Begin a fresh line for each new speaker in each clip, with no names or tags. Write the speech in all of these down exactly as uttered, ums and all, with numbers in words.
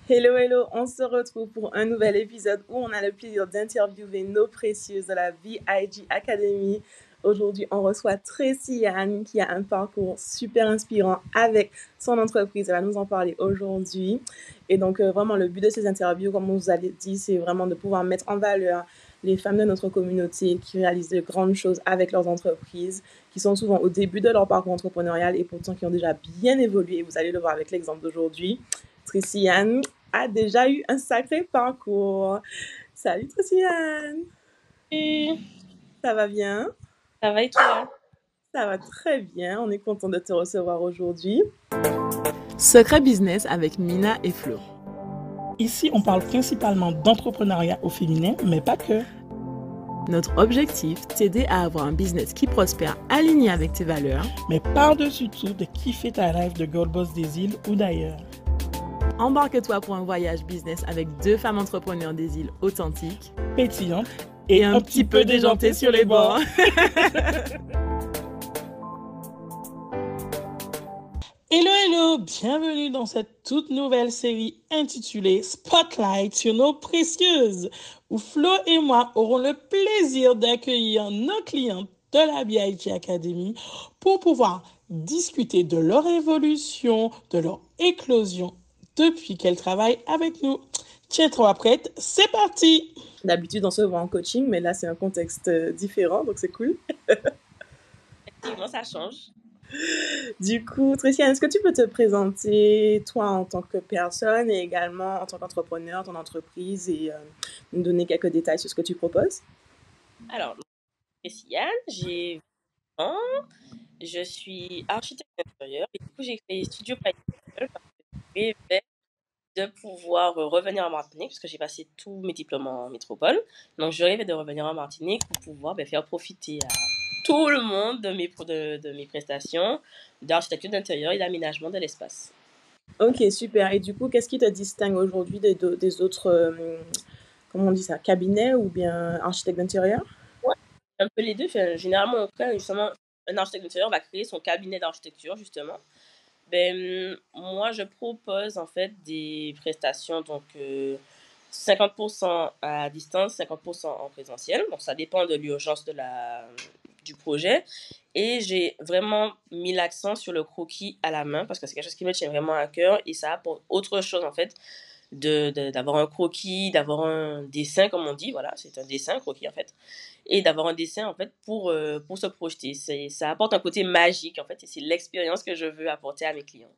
Hello, hello, on se retrouve pour un nouvel épisode où on a le plaisir d'interviewer nos précieuses de la V I G Academy. Aujourd'hui, on reçoit Tracy Anne qui a un parcours super inspirant avec son entreprise. Elle va nous en parler aujourd'hui. Et donc, euh, vraiment, le but de ces interviews, comme on vous a dit, c'est vraiment de pouvoir mettre en valeur les femmes de notre communauté qui réalisent de grandes choses avec leurs entreprises, qui sont souvent au début de leur parcours entrepreneurial et pourtant qui ont déjà bien évolué. Vous allez le voir avec l'exemple d'aujourd'hui. Tracy Anne a déjà eu un sacré parcours. Salut Tracy Anne.
Salut.
Ça va bien?
Ça va et toi?
Ça va très bien, on est content de te recevoir aujourd'hui.
Secret Business avec Mina et Flo.
Ici, on parle principalement d'entrepreneuriat au féminin, mais pas que.
Notre objectif, t'aider à avoir un business qui prospère, aligné avec tes valeurs.
Mais par-dessus tout, de kiffer ta rêve de girl boss des îles ou d'ailleurs.
Embarque-toi pour un voyage business avec deux femmes entrepreneurs des îles authentiques,
pétillantes
et, et un, un petit peu déjantées sur les bords.
Hello, hello, bienvenue dans cette toute nouvelle série intitulée Spotlight sur nos précieuses, où Flo et moi aurons le plaisir d'accueillir nos clientes de la V I G Academy pour pouvoir discuter de leur évolution, de leur éclosion depuis qu'elles travaillent avec nous. Tiens-toi prête, c'est parti!
D'habitude, on se voit en coaching, mais là, c'est un contexte différent, donc c'est cool.
Effectivement, ça change.
Du coup, Tracy, est-ce que tu peux te présenter, toi, en tant que personne et également en tant qu'entrepreneur, ton entreprise et euh, nous donner quelques détails sur ce que tu proposes?
Alors, Tracy Anne, j'ai vingt ans, je suis architecte d'intérieur et du coup, j'ai créé Studio Practical parce que je rêvais de pouvoir revenir en Martinique parce que j'ai passé tous mes diplômes en métropole. Donc, je rêvais de revenir en Martinique pour pouvoir ben, faire profiter à tout le monde de mes, de, de mes prestations d'architecture d'intérieur et d'aménagement de l'espace.
Ok, super. Et du coup, qu'est-ce qui te distingue aujourd'hui des, des autres, euh, comment on dit ça, cabinets ou bien architectes d'intérieur?
Ouais, un peu les deux. Enfin, généralement, après, justement, un architecte d'intérieur va créer son cabinet d'architecture, justement. Ben, moi, je propose en fait des prestations, donc euh, cinquante pour cent à distance, cinquante pour cent en présentiel. Donc, ça dépend de l'urgence de la, du projet. Et j'ai vraiment mis l'accent sur le croquis à la main parce que c'est quelque chose qui me tient vraiment à cœur et ça apporte autre chose en fait. De, de, d'avoir un croquis, d'avoir un dessin, comme on dit, voilà, c'est un dessin, un croquis en fait, et d'avoir un dessin en fait pour, euh, pour se projeter. C'est, ça apporte un côté magique en fait, et c'est l'expérience que je veux apporter à mes clients.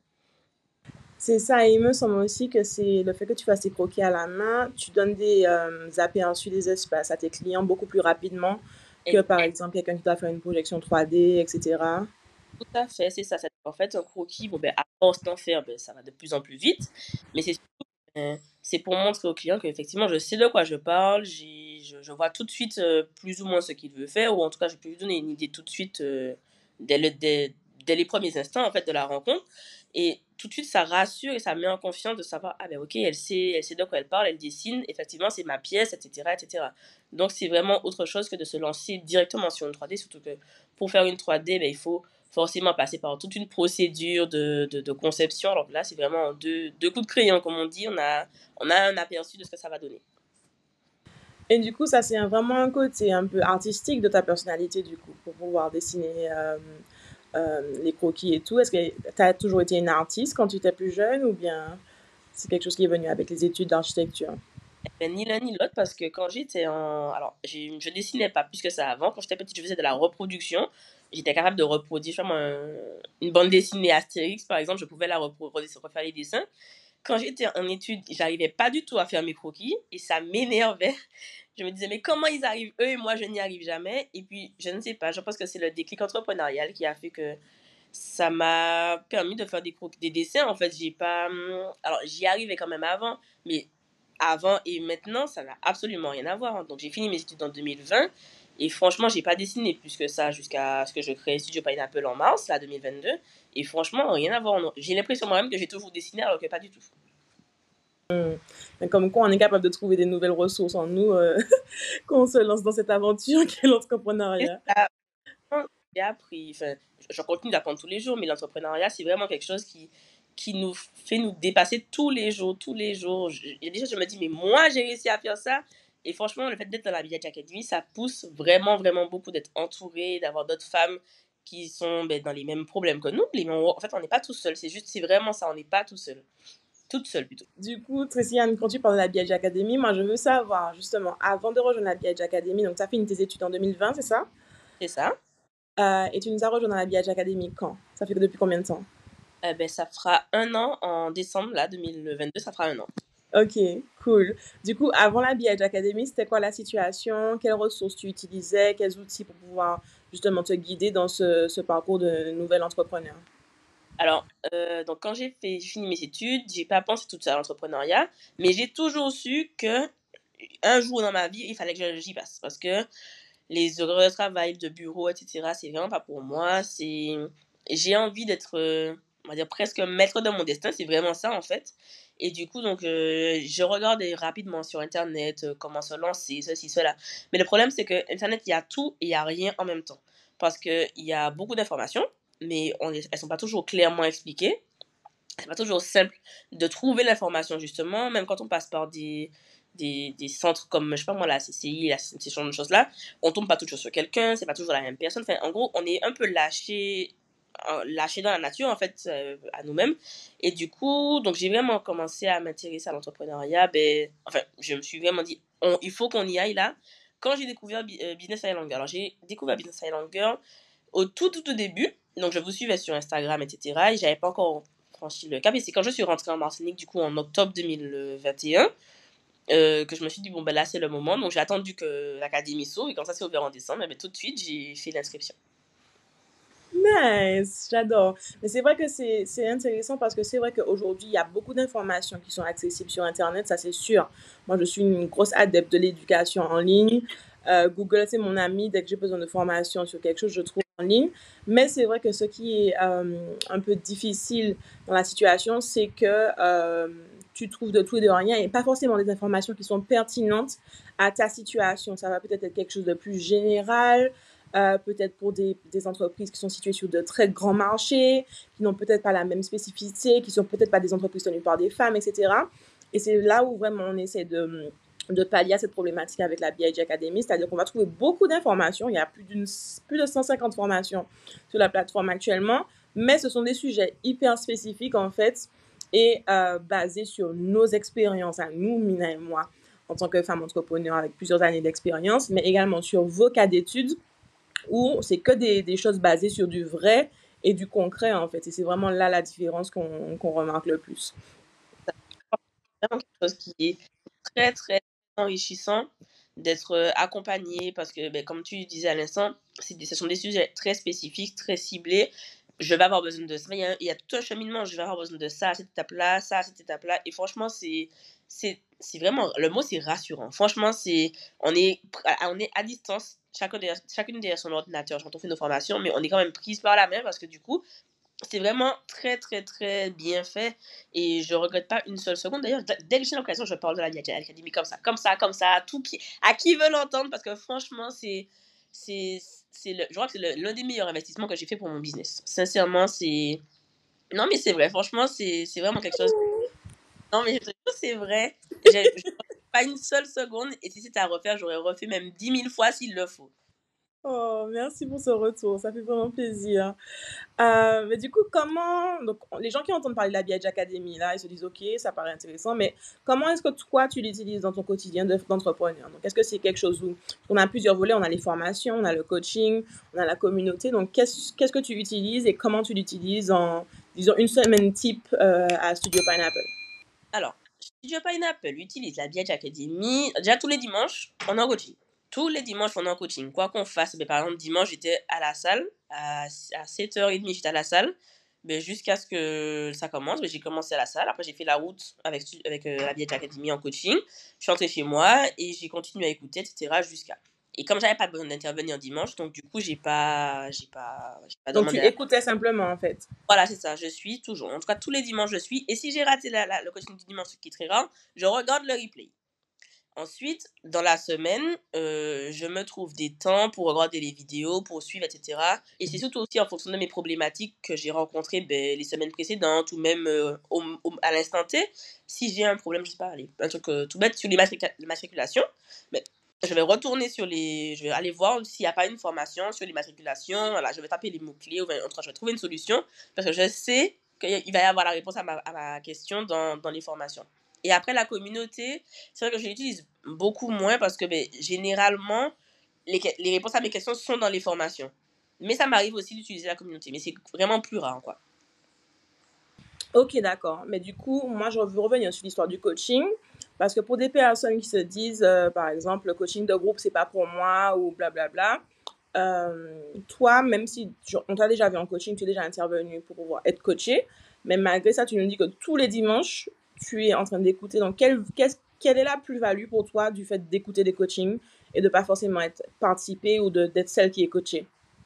C'est ça, et il me semble aussi que c'est le fait que tu fasses tes croquis à la main, tu donnes des euh, aperçus des espaces à tes clients beaucoup plus rapidement que et par exemple quelqu'un qui doit faire une projection trois D, et cetera.
Tout à fait, c'est ça. En fait, un croquis, bon, ben, à force d'en faire, ben, ça va de plus en plus vite, mais c'est surtout c'est pour montrer au client qu'effectivement, je sais de quoi je parle, j'ai, je, je vois tout de suite euh, plus ou moins ce qu'il veut faire, ou en tout cas, je peux lui donner une idée tout de suite euh, dès, le, dès, dès les premiers instants en fait, de la rencontre. Et tout de suite, ça rassure et ça met en confiance de savoir, ah ben ok, elle sait, elle sait de quoi elle parle, elle dessine, effectivement, c'est ma pièce, et cetera, et cetera. Donc, c'est vraiment autre chose que de se lancer directement sur une trois D, surtout que pour faire une trois D, ben, il faut forcément passer par toute une procédure de, de, de conception. Alors là, c'est vraiment deux, deux coups de crayon, comme on dit. On a, on a un aperçu de ce que ça va donner.
Et du coup, ça, c'est un, vraiment un côté un peu artistique de ta personnalité, du coup, pour pouvoir dessiner euh, euh, les croquis et tout. Est-ce que tu as toujours été une artiste quand tu étais plus jeune ou bien c'est quelque chose qui est venu avec les études d'architecture?
Ben, ni l'un ni l'autre, parce que quand j'étais en... Alors, j'ai, je dessinais pas plus que ça avant. Quand j'étais petite, je faisais de la reproduction. J'étais capable de reproduire un, une bande dessinée Astérix, par exemple. Je pouvais la reproduire, refaire les dessins. Quand j'étais en études, j'arrivais pas du tout à faire mes croquis et ça m'énervait. Je me disais, mais comment ils arrivent eux et moi je n'y arrive jamais? Et puis, je ne sais pas, je pense que c'est le déclic entrepreneurial qui a fait que ça m'a permis de faire des, croquis, des dessins. En fait, j'ai pas. Alors, j'y arrivais quand même avant, mais avant et maintenant, ça n'a absolument rien à voir. Donc, j'ai fini mes études en deux mille vingt et franchement, j'ai pas dessiné plus que ça jusqu'à ce que je crée Studio Pineapple en mars, là, deux mille vingt-deux. Et franchement, rien à voir. J'ai l'impression moi-même que j'ai toujours dessiné alors que pas du tout.
Mmh. Comme quoi, on est capable de trouver des nouvelles ressources en nous euh, quand on se lance dans cette aventure qu'est l'entrepreneuriat.
J'ai appris, enfin, je continue d'apprendre tous les jours, mais l'entrepreneuriat, c'est vraiment quelque chose qui, qui nous fait nous dépasser tous les jours, tous les jours. Il y a des choses, je me dis, mais moi, j'ai réussi à faire ça. Et franchement, le fait d'être dans la B I G Academy, ça pousse vraiment, vraiment beaucoup d'être entouré, d'avoir d'autres femmes qui sont ben, dans les mêmes problèmes que nous. Mais on- en fait, on n'est pas tout seul. C'est juste, c'est vraiment ça, on n'est pas tout seul. Toute seule, plutôt.
Du coup, Tracy Anne, quand tu parles de la B I G Academy, moi, je veux savoir, justement, avant de rejoindre la B I G Academy, donc tu as fini tes études en deux mille vingt, c'est ça?
C'est ça.
Euh, et tu nous as rejoint dans la B I G Academy quand? Ça fait depuis combien de temps?
Euh, ben, ça fera un an en décembre, là, deux mille vingt-deux, ça fera un an.
Ok, cool. Du coup, avant la B I G Academy, c'était quoi la situation? Quelles ressources tu utilisais? Quels outils pour pouvoir justement te guider dans ce, ce parcours de nouvel entrepreneur?
Alors, euh, donc quand j'ai fait, j'ai fini mes études, j'ai pas pensé tout ça à l'entrepreneuriat, mais j'ai toujours su que un jour dans ma vie, il fallait que j'y passe. Parce que les horaires de travail, de bureau, et cetera, c'est vraiment pas pour moi. C'est... J'ai envie d'être, euh, on va dire, presque maître de mon destin. C'est vraiment ça, en fait. Et du coup, donc, euh, je regardais rapidement sur Internet euh, comment se lancer, ceci, cela. Mais le problème, c'est que Internet, il y a tout et il y a rien en même temps. Parce qu'il y a beaucoup d'informations, mais on est- elles sont pas toujours clairement expliquées. C'est pas toujours simple de trouver l'information, justement, même quand on passe par des, des, des centres comme, je sais pas moi, la C C I, la, ces genre de choses-là, on tombe pas toujours sur quelqu'un, c'est pas toujours la même personne. Enfin, en gros, on est un peu lâché, euh, lâché dans la nature, en fait, euh, à nous-mêmes. Et du coup, donc j'ai vraiment commencé à m'intéresser à l'entrepreneuriat. Ben, enfin, je me suis vraiment dit, on, il faut qu'on y aille là. Quand j'ai découvert Bi- euh, Business Island Girl, alors j'ai découvert Business Island Girl au tout, tout, tout début. Donc, je vous suivais sur Instagram, et cetera. Et j'avais pas encore franchi le cap. Et c'est quand je suis rentrée en Martinique, du coup, en octobre deux mille vingt et un, euh, que je me suis dit, bon, ben là, c'est le moment. Donc, j'ai attendu que l'académie s'ouvre. Et quand ça s'est ouvert en décembre, ben, tout de suite, j'ai fait l'inscription.
Nice, j'adore. Mais c'est vrai que c'est c'est intéressant parce que c'est vrai qu'aujourd'hui, il y a beaucoup d'informations qui sont accessibles sur Internet, ça c'est sûr. Moi, je suis une grosse adepte de l'éducation en ligne. Euh, Google, c'est mon ami. Dès que j'ai besoin de formation sur quelque chose, je trouve en ligne. Mais c'est vrai que ce qui est euh, un peu difficile dans la situation, c'est que euh, tu trouves de tout et de rien et pas forcément des informations qui sont pertinentes à ta situation. Ça va peut-être être quelque chose de plus général. Euh, peut-être pour des, des entreprises qui sont situées sur de très grands marchés, qui n'ont peut-être pas la même spécificité, qui sont peut-être pas des entreprises tenues par des femmes, et cetera. Et c'est là où vraiment on essaie de, de pallier à cette problématique avec la B I G Academy, c'est-à-dire qu'on va trouver beaucoup d'informations. Il y a plus, d'une, plus de cent cinquante formations sur la plateforme actuellement, mais ce sont des sujets hyper spécifiques en fait et euh, basés sur nos expériences à nous, Mina et moi, en tant que femmes entrepreneurs avec plusieurs années d'expérience, mais également sur vos cas d'études où c'est que des, des choses basées sur du vrai et du concret, en fait. Et c'est vraiment là la différence qu'on qu'on remarque le plus.
C'est vraiment quelque chose qui est très, très enrichissant d'être euh, accompagné parce que, ben, comme tu disais à l'instant, c'est des- ce sont des sujets très spécifiques, très ciblés. Je vais avoir besoin de ça. Il y a, il y a tout un cheminement. Je vais avoir besoin de ça à cette étape-là, ça à cette étape-là. Et franchement, c'est, c'est, c'est vraiment, le mot, c'est rassurant. Franchement, c'est, on est, pr- on est à distance, chacun derrière, chacune derrière son ordinateur quand on fait nos formations, mais on est quand même prise par la main parce que du coup, c'est vraiment très, très, très bien fait et je regrette pas une seule seconde. D'ailleurs, d- dès que j'ai l'occasion, je parle de la B I G Academy comme ça, comme ça, comme ça, à, tout qui, à qui veut l'entendre parce que franchement, c'est, c'est, c'est le, je crois que c'est le- l'un des meilleurs investissements que j'ai fait pour mon business. Sincèrement, c'est... Non, mais c'est vrai, franchement, c'est, c'est vraiment quelque chose... Non, mais je te jure, c'est vrai. J'ai, je regrette pas une seule seconde et si c'était à refaire, j'aurais refait même dix mille fois s'il le faut.
Oh, merci pour ce retour, ça fait vraiment plaisir. Euh, mais du coup, comment... Donc, les gens qui entendent parler de la B I G Academy, là, ils se disent, OK, ça paraît intéressant, mais comment est-ce que toi, tu l'utilises dans ton quotidien de- d'entrepreneur? Donc, est-ce que c'est quelque chose où... On a plusieurs volets, on a les formations, on a le coaching, on a la communauté. Donc, qu'est-ce qu'est-ce que tu utilises et comment tu l'utilises en, disons, une semaine type euh, à Studio Pineapple?
Alors, Studio Pineapple utilise la B I G Academy. Déjà, tous les dimanches, on est en coaching. Tous les dimanches, on est en coaching. Quoi qu'on fasse, mais par exemple, dimanche, j'étais à la salle. À, à sept heures trente, j'étais à la salle. Mais jusqu'à ce que ça commence, mais j'ai commencé à la salle. Après, j'ai fait la route avec, avec euh, la B I G Academy en coaching. Je suis rentrée chez moi et j'ai continué à écouter, et cetera jusqu'à... Et comme j'avais pas besoin d'intervenir dimanche, donc du coup, j'ai pas, j'ai pas, j'ai pas
Donc, tu
demandé à...
écoutais simplement, en fait.
Voilà, c'est ça, je suis toujours. En tout cas, tous les dimanches, je suis. Et si j'ai raté la, la- le coaching du dimanche, ce qui est très rare, je regarde le replay. Ensuite, dans la semaine, euh, je me trouve des temps pour regarder les vidéos, pour suivre, et cetera. Et c'est surtout aussi en fonction de mes problématiques que j'ai rencontrées ben, les semaines précédentes ou même euh, au- au- à l'instant T. Si j'ai un problème, je sais pas, allez, un truc euh, tout bête sur les matric- les matriculations, ben, je vais retourner sur les... Je vais aller voir s'il n'y a pas une formation sur les matriculations. Voilà, je vais taper les mots-clés, ou bien, en tout cas, je vais trouver une solution parce que je sais qu'il va y avoir la réponse à ma, à ma question dans, dans les formations. Et après, la communauté, c'est vrai que je l'utilise beaucoup moins parce que ben, généralement, les, les réponses à mes questions sont dans les formations. Mais ça m'arrive aussi d'utiliser la communauté. Mais c'est vraiment plus rare, quoi.
Ok, d'accord. Mais du coup, moi, je veux revenir sur l'histoire du coaching. Parce que pour des personnes qui se disent, euh, par exemple, le coaching de groupe, c'est pas pour moi ou blablabla, euh, toi, même si tu- on t'a déjà vu en coaching, tu es déjà intervenu pour pouvoir être coaché, mais malgré ça, tu nous dis que tous les dimanches, tu es en train d'écouter. Donc, quelle, qu'est-ce- quelle est la plus-value pour toi du fait d'écouter des coachings et de pas forcément être participé ou de, d'être celle qui est coachée?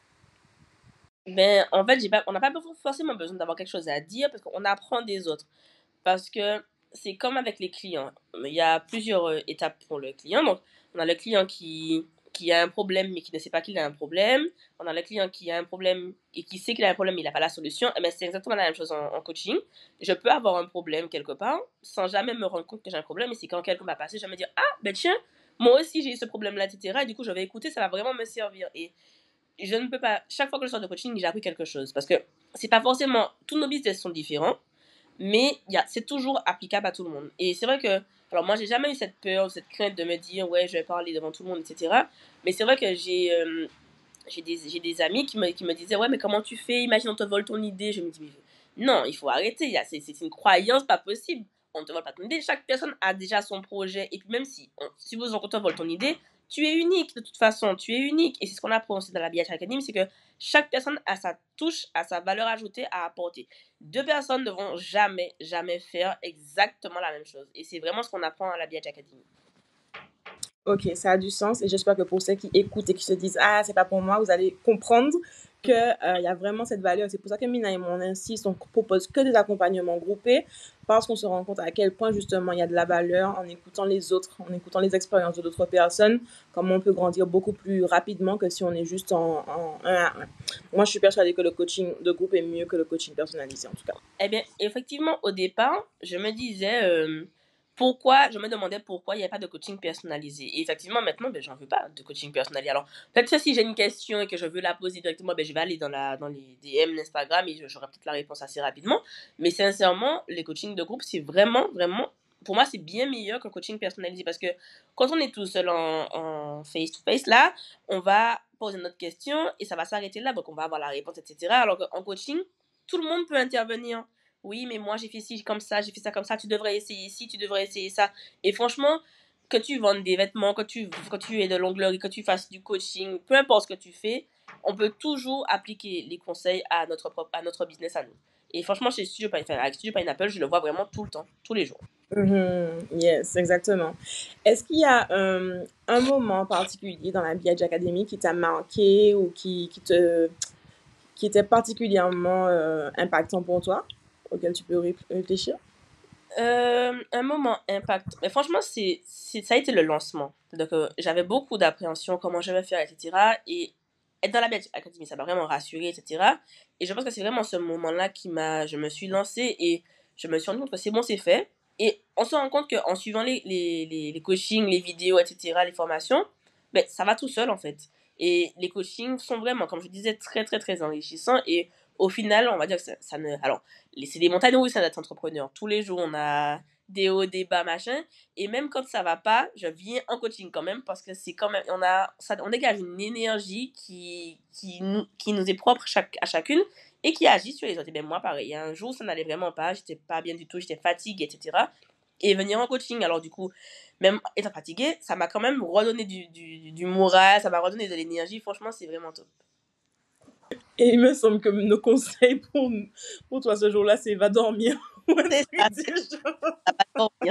Ben, en fait, j'ai pas, on n'a pas forcément besoin d'avoir quelque chose à dire parce qu'on apprend des autres. Parce que c'est comme avec les clients. Il y a plusieurs euh, étapes pour le client. Donc, on a le client qui, qui a un problème mais qui ne sait pas qu'il a un problème. On a le client qui a un problème et qui sait qu'il a un problème mais il n'a pas la solution. Et ben, c'est exactement la même chose en, en coaching. Je peux avoir un problème quelque part sans jamais me rendre compte que j'ai un problème. Et c'est quand quelqu'un va passer, je vais me dire, ah, ben tiens, moi aussi j'ai eu ce problème-là, et cetera. Et du coup, je vais écouter, ça va vraiment me servir. Et je ne peux pas, chaque fois que je sors de coaching, j'ai appris quelque chose. Parce que c'est pas forcément, tous nos business sont différents, mais y a, c'est toujours applicable à tout le monde. Et c'est vrai que, alors moi, j'ai jamais eu cette peur, cette crainte de me dire, ouais, je vais parler devant tout le monde, et cetera. Mais c'est vrai que j'ai, euh, j'ai, des, j'ai des amis qui me, qui me disaient, ouais, mais comment tu fais? Imagine, on te vole ton idée. Je me dis, mais non, il faut arrêter. Y a, c'est, c'est une croyance pas possible. On ne te vole pas ton idée. Chaque personne a déjà son projet. Et puis même si, on, supposons qu'on te vole ton idée, tu es unique de toute façon, tu es unique. Et c'est ce qu'on apprend aussi dans la B H Academy, c'est que chaque personne a sa touche, a sa valeur ajoutée à apporter. Deux personnes ne vont jamais, jamais faire exactement la même chose. Et c'est vraiment ce qu'on apprend à la B H Academy.
Ok, ça a du sens et j'espère que pour ceux qui écoutent et qui se disent ah c'est pas pour moi, vous allez comprendre que il euh, y a vraiment cette valeur. C'est pour ça que Mina et moi on insiste, on propose que des accompagnements groupés parce qu'on se rend compte à quel point justement il y a de la valeur en écoutant les autres, en écoutant les expériences de d'autres personnes, comment on peut grandir beaucoup plus rapidement que si on est juste en, en un à un. Moi je suis persuadée que le coaching de groupe est mieux que le coaching personnalisé en tout cas.
Eh bien, effectivement, au départ, je me disais euh, pourquoi, je me demandais pourquoi il n'y avait pas de coaching personnalisé. Et effectivement, maintenant, ben, j'en veux pas de coaching personnalisé. Alors, peut-être que si j'ai une question et que je veux la poser directement, ben, je vais aller dans, la, dans les D M d'Instagram et j'aurai peut-être la réponse assez rapidement. Mais sincèrement, les coachings de groupe, c'est vraiment, vraiment, pour moi, c'est bien meilleur qu'un coaching personnalisé parce que quand on est tout seul en, en face-to-face, là, on va poser notre question et ça va s'arrêter là. Donc, on va avoir la réponse, et cetera. Alors qu'en coaching, tout le monde peut intervenir. Oui, mais moi j'ai fait ci comme ça, j'ai fait ça comme ça, tu devrais essayer ci, tu devrais essayer ça. Et franchement, que tu vendes des vêtements, que tu, que tu aies de l'onglerie, que tu fasses du coaching, peu importe ce que tu fais, on peut toujours appliquer les conseils à notre, propre, à notre business à nous. Et franchement, chez Studio Pineapple, avec Studio Pineapple, je le vois vraiment tout le temps, tous les jours.
Mm-hmm. Yes, exactement. Est-ce qu'il y a euh, un moment particulier dans la B H Academy qui t'a marqué ou qui, qui, te, qui était particulièrement euh, impactant pour toi, auquel tu peux ré- réfléchir?
Euh, un moment impact. Mais franchement, c'est, c'est, ça a été le lancement. Donc, euh, j'avais beaucoup d'appréhension, comment je vais faire, et cetera. Et être dans la B H Academy, ça m'a vraiment rassurée, et cetera. Et je pense que c'est vraiment ce moment-là qui m'a... Je me suis lancée et je me suis rendu compte que c'est bon, c'est fait. Et on se rend compte qu'en suivant les, les, les, les coachings, les vidéos, et cetera, les formations, ben, ça va tout seul, en fait. Et les coachings sont vraiment, comme je disais, très, très, très enrichissants. Et au final, on va dire que ça, ça ne... Alors, c'est des montagnes russes d'être entrepreneur. Tous les jours, on a des hauts, des bas, machin. Et même quand ça va pas, je viens en coaching quand même parce que c'est quand même, on a, ça, on dégage une énergie qui, qui nous, qui nous est propre chaque, à chacune et qui agit sur les autres. Et bien moi, pareil, il y a un jour, ça n'allait vraiment pas, j'étais pas bien du tout, j'étais fatiguée, et cetera. Et venir en coaching, alors du coup, même étant fatiguée, ça m'a quand même redonné du, du, du moral, ça m'a redonné de l'énergie. Franchement, c'est vraiment top.
Et il me semble que nos conseils pour, pour toi ce jour-là, c'est va dormir.
C'est ça, ça va dormir.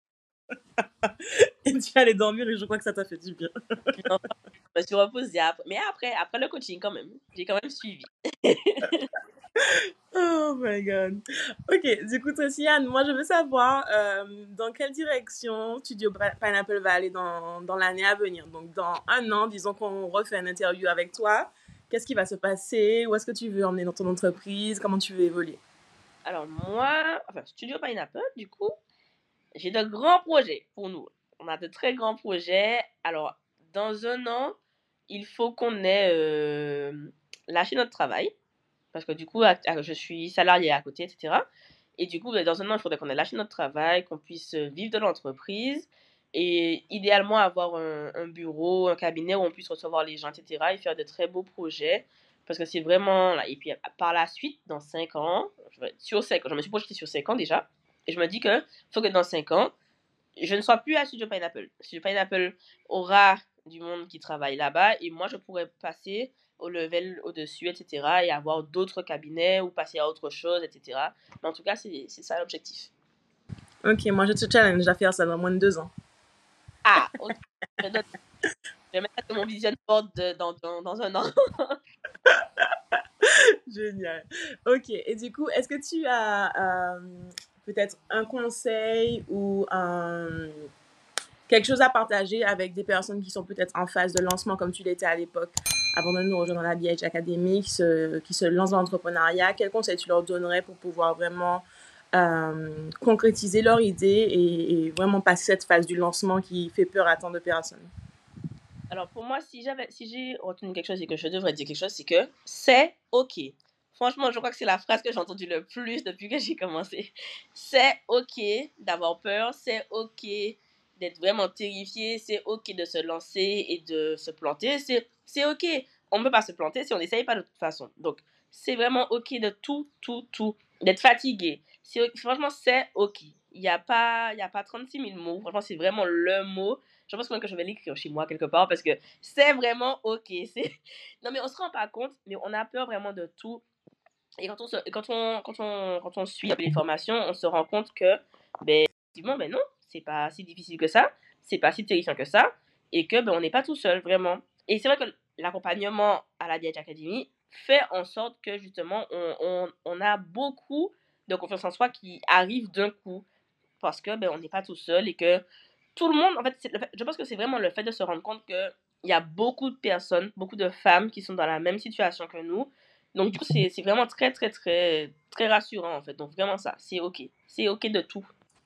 Et tu allais dormir et je crois que ça t'a fait du bien.
Non, je me suis reposée après. Mais après, après le coaching, quand même, j'ai quand même suivi.
Oh my god. Ok, du coup, Tracy-Anne, moi je veux savoir euh, dans quelle direction Studio Pineapple va aller dans, dans l'année à venir. Donc, dans un an, disons qu'on refait une interview avec toi. Qu'est-ce qui va se passer? Où est-ce que tu veux emmener dans ton entreprise? Comment tu veux évoluer?
Alors, moi, enfin, Studio Pineapple, du coup, j'ai de grands projets pour nous. On a de très grands projets. Alors, dans un an, il faut qu'on ait euh, lâché notre travail. Parce que du coup, je suis salariée à côté, et cetera. Et du coup, dans un an, il faudrait qu'on ait lâché notre travail, qu'on puisse vivre de l'entreprise et idéalement avoir un, un bureau, un cabinet où on puisse recevoir les gens, et cetera. Et faire de très beaux projets. Parce que c'est vraiment... Là. Et puis, par la suite, dans cinq ans, je, vais, sur cinq ans, je me suis projetée sur cinq ans déjà. Et je me dis qu'il faut que dans cinq ans, je ne sois plus à Studio Pineapple. Studio Pineapple aura du monde qui travaille là-bas et moi, je pourrais passer au level au-dessus, et cetera. Et avoir d'autres cabinets ou passer à autre chose, et cetera. Mais en tout cas, c'est, c'est ça l'objectif.
Ok, moi, je te challenge à faire ça dans moins de deux ans.
Ah, ok. Je vais mettre mon vision board de, dans, dans, dans un an.
Génial. Ok, et du coup, est-ce que tu as... Euh, peut-être un conseil ou un, quelque chose à partager avec des personnes qui sont peut-être en phase de lancement comme tu l'étais à l'époque avant de nous rejoindre dans la B I G Academy, qui se, qui se lancent dans l'entrepreneuriat? Quel conseil tu leur donnerais pour pouvoir vraiment euh, concrétiser leur idée et, et vraiment passer cette phase du lancement qui fait peur à tant de personnes?
Alors pour moi, si, j'avais, si j'ai retenu quelque chose et que je devrais dire quelque chose, c'est que c'est OK. Franchement, je crois que c'est la phrase que j'ai entendue le plus depuis que j'ai commencé. C'est OK d'avoir peur, c'est OK d'être vraiment terrifié, c'est OK de se lancer et de se planter, c'est, c'est OK. On ne peut pas se planter si on n'essaye pas de toute façon. Donc, c'est vraiment OK de tout, tout, tout, d'être fatigué. C'est, franchement, c'est OK. Il n'y a pas, il y a pas trente-six mille mots. Franchement, c'est vraiment le mot. Je pense même que je vais l'écrire chez moi quelque part parce que c'est vraiment OK. C'est... Non, mais on ne se rend pas compte, mais on a peur vraiment de tout. Et quand on, se, quand, on, quand, on, quand on suit les formations, on se rend compte que, ben, effectivement, ben non, c'est pas si difficile que ça, c'est pas si terrifiant que ça, et que ben, on n'est pas tout seul, vraiment. Et c'est vrai que l'accompagnement à la B I G Academy fait en sorte que, justement, on, on, on a beaucoup de confiance en soi qui arrive d'un coup, parce que ben, on n'est pas tout seul, et que tout le monde, en fait, c'est le fait, je pense que c'est vraiment le fait de se rendre compte qu'il y a beaucoup de personnes, beaucoup de femmes qui sont dans la même situation que nous. Donc, du coup, c'est, c'est vraiment très, très, très, très rassurant, en fait. Donc, vraiment ça, c'est OK. C'est OK de tout.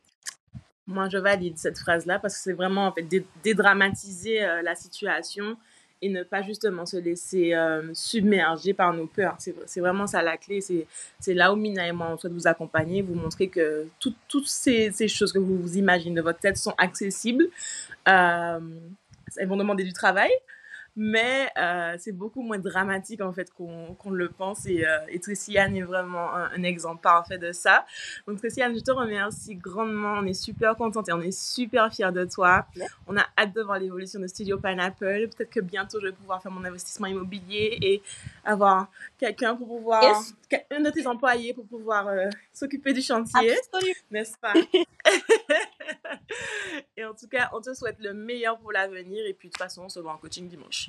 Moi, je valide cette phrase-là parce que c'est vraiment, en fait, dé- dédramatiser euh, la situation et ne pas justement se laisser euh, submerger par nos peurs. C'est, c'est vraiment ça la clé. C'est, c'est là où Mina et moi, on souhaite vous accompagner, vous montrer que tout, toutes ces, ces choses que vous vous imaginez de votre tête sont accessibles. Euh, elles vont demander du travail. Mais euh, c'est beaucoup moins dramatique en fait qu'on, qu'on le pense et, euh, et Tracy-Anne est vraiment un, un exemple parfait de ça. Donc Tracy-Anne, je te remercie grandement, on est super contente et on est super fiers de toi. Ouais. On a hâte de voir l'évolution de Studio Pineapple. Peut-être que bientôt je vais pouvoir faire mon investissement immobilier et avoir quelqu'un pour pouvoir, yes. un de tes employés pour pouvoir euh, s'occuper du chantier, absolument. N'est-ce pas? Et en tout cas, on te souhaite le meilleur pour l'avenir et puis de toute façon, on se voit en coaching dimanche.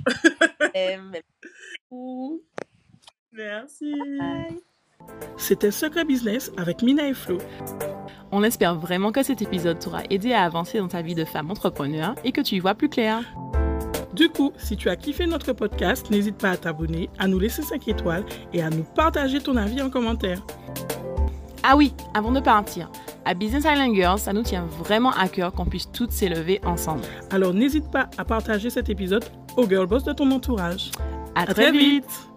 Merci.
Bye. C'était Secret Business avec Mina et Flo.
On espère vraiment que cet épisode t'aura aidé à avancer dans ta vie de femme entrepreneur et que tu y vois plus clair.
Du coup, si tu as kiffé notre podcast, n'hésite pas à t'abonner, à nous laisser cinq étoiles et à nous partager ton avis en commentaire.
Ah oui, avant de partir, à Business Island Girls, ça nous tient vraiment à cœur qu'on puisse toutes s'élever ensemble.
Alors n'hésite pas à partager cet épisode aux girl boss de ton entourage.
À, à très, très vite. vite.